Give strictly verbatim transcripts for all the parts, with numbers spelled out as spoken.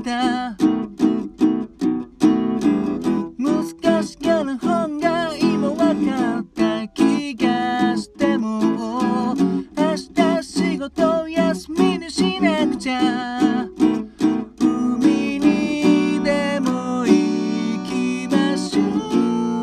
た難しげな本が今わかった気がしても明日仕事休みにしなくちゃ海にでも行きましょう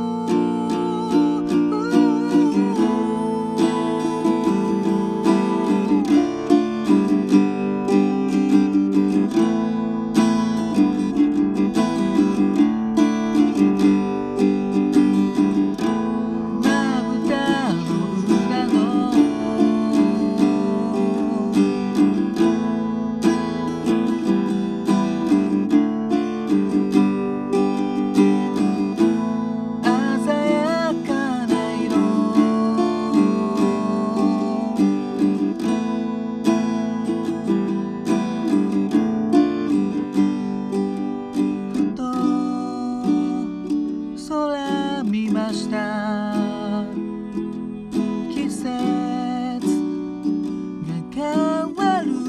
季節が変わる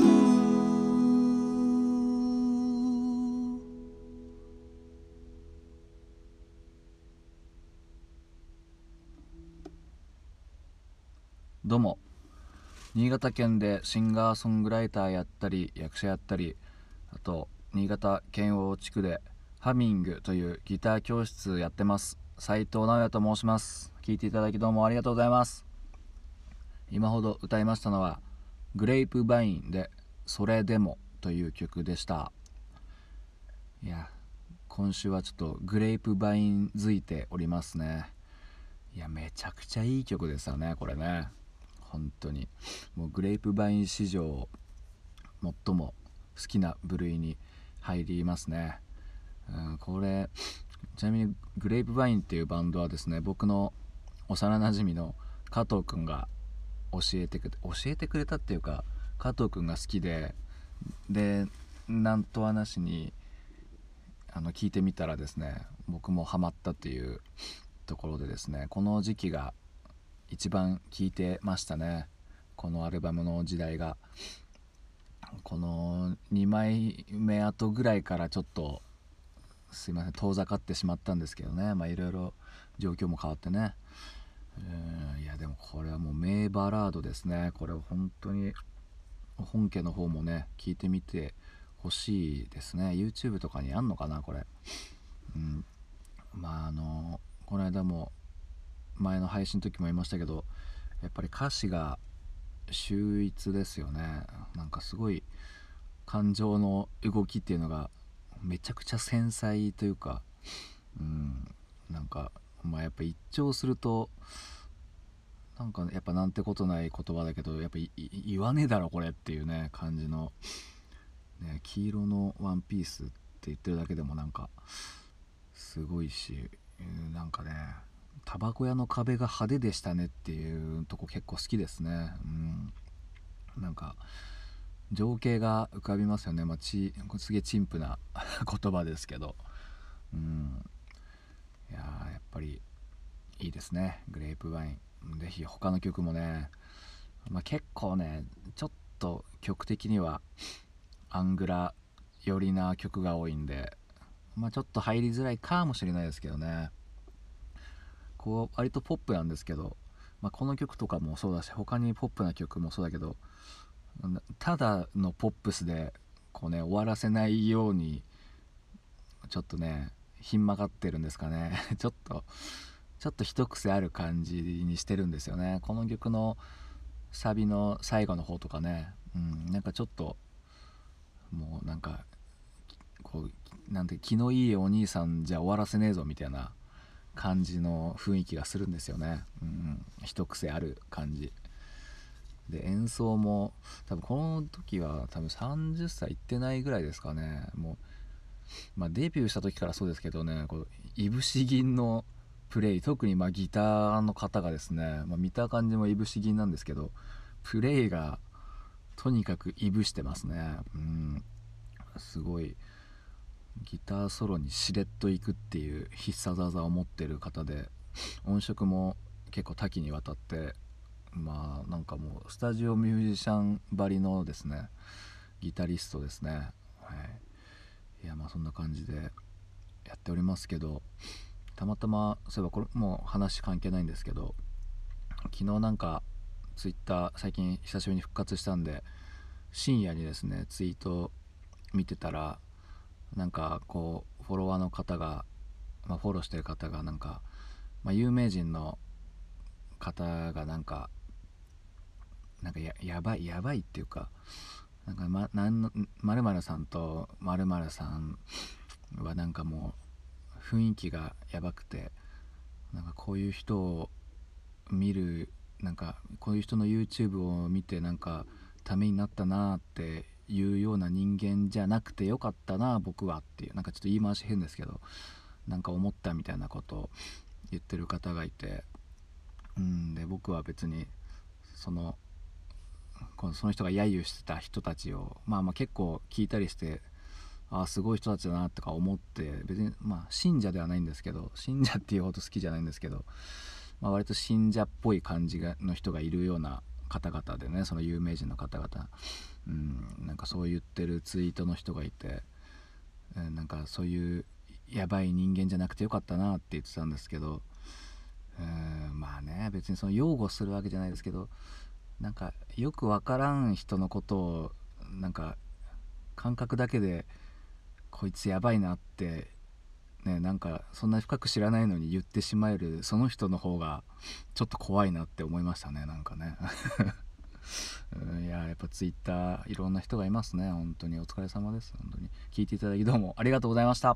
どうも、新潟県でシンガーソングライターやったり役者やったり、あと新潟県央地区でハミングというギター教室やってます斉藤直也と申します。聴いていただきどうもありがとうございます。今ほど歌いましたのはグレープバインでそれでもという曲でした。いや、今週はちょっとグレープバインづいておりますね。いや、めちゃくちゃいい曲ですよね、これね。本当にもうグレープバイン史上最も好きな部類に入りますね。うん、これちなみにグレープバインっていうバンドはですね、僕の幼なじみの加藤くんが教えてくれ教えてくれたっていうか、加藤くんが好きででなんとはなしにあの聞いてみたらですね、僕もハマったっていうところでですね、この時期が一番聴いてましたね。このアルバムの時代がこのにまいめ後ぐらいからちょっとすいません遠ざかってしまったんですけどね、まあいろいろ状況も変わってね、うん、いやでもこれはもう名バラードですね。これは本当に本家の方もね聞いてみてほしいですね。 YouTube とかにあんのかなこれ。うん、まああのこの間も前の配信の時も言いましたけど、やっぱり歌詞が秀逸ですよね。なんかすごい感情の動きっていうのがめちゃくちゃ繊細というか、うん、なんかまあやっぱ一聴するとなんかやっぱなんてことない言葉だけどやっぱ言わねえだろこれっていうね感じの、ね、黄色のワンピースって言ってるだけでもなんかすごいし、なんかねタバコ屋の壁が派手でしたねっていうとこ結構好きですね。うん、なんか情景が浮かびますよね。まあ、ちすげえ陳腐な言葉ですけど、うん、いやーやっぱりいいですねグレープワイン。ぜひ他の曲もね、まあ、結構ねちょっと曲的にはアングラ寄りな曲が多いんで、まあ、ちょっと入りづらいかもしれないですけどね。こう割とポップなんですけど、まあ、この曲とかもそうだし他にポップな曲もそうだけど、ただのポップスでこうね終わらせないようにちょっとねひん曲がってるんですかねちょっとちょっと一癖ある感じにしてるんですよね。この曲のサビの最後の方とかね、うん、なんかちょっともうなんかこうなんて気のいいお兄さんじゃ終わらせねえぞみたいな感じの雰囲気がするんですよね。うん、一癖ある感じで、演奏も多分この時は多分さんじゅっさいいってないぐらいですかね。もう、まあ、デビューした時からそうですけどね、こういぶし銀のプレイ、特にまあギターの方がですね、まあ、見た感じもいぶし銀なんですけどプレイがとにかくいぶしてますね。うん、すごいギターソロにしれっといくっていう必殺技を持ってる方で、音色も結構多岐にわたって、まあなんかもうスタジオミュージシャンばりのですねギタリストですね。はい、 いやまあそんな感じでやっておりますけど、たまたまそういえばこれもう話関係ないんですけど、昨日なんかツイッター最近久しぶりに復活したんで、深夜にですねツイート見てたら、なんかこうフォロワーの方が、まあ、フォローしてる方がなんか、まあ、有名人の方がなんかなんかややばいやばいっていうか、なんかまなんの〇〇さんと〇〇さんはなんかもう雰囲気がやばくて、なんかこういう人を見る、なんかこういう人の YouTube を見てなんかためになったなっていうような人間じゃなくてよかったな僕はっていう、なんかちょっと言い回し変ですけど、なんか思ったみたいなことを言ってる方がいて、うんで僕は別にそのこのその人が揶揄してた人たちをまあまあ結構聞いたりして、ああすごい人たちだなとか思って、別にまあ信者ではないんですけど、信者っていうほど好きじゃないんですけど、まあ、割と信者っぽい感じがの人がいるような方々でね、その有名人の方々、うん、なんかそう言ってるツイートの人がいて、うん、なんかそういうやばい人間じゃなくてよかったなって言ってたんですけど、うん、まあね別にその擁護するわけじゃないですけど、なんかよくわからん人のことをなんか感覚だけでこいつやばいなってね、なんかそんな深く知らないのに言ってしまえるその人の方がちょっと怖いなって思いましたね、なんかねうん、いややっぱツイッターいろんな人がいますね。本当にお疲れ様です。本当に聞いていただきどうもありがとうございました。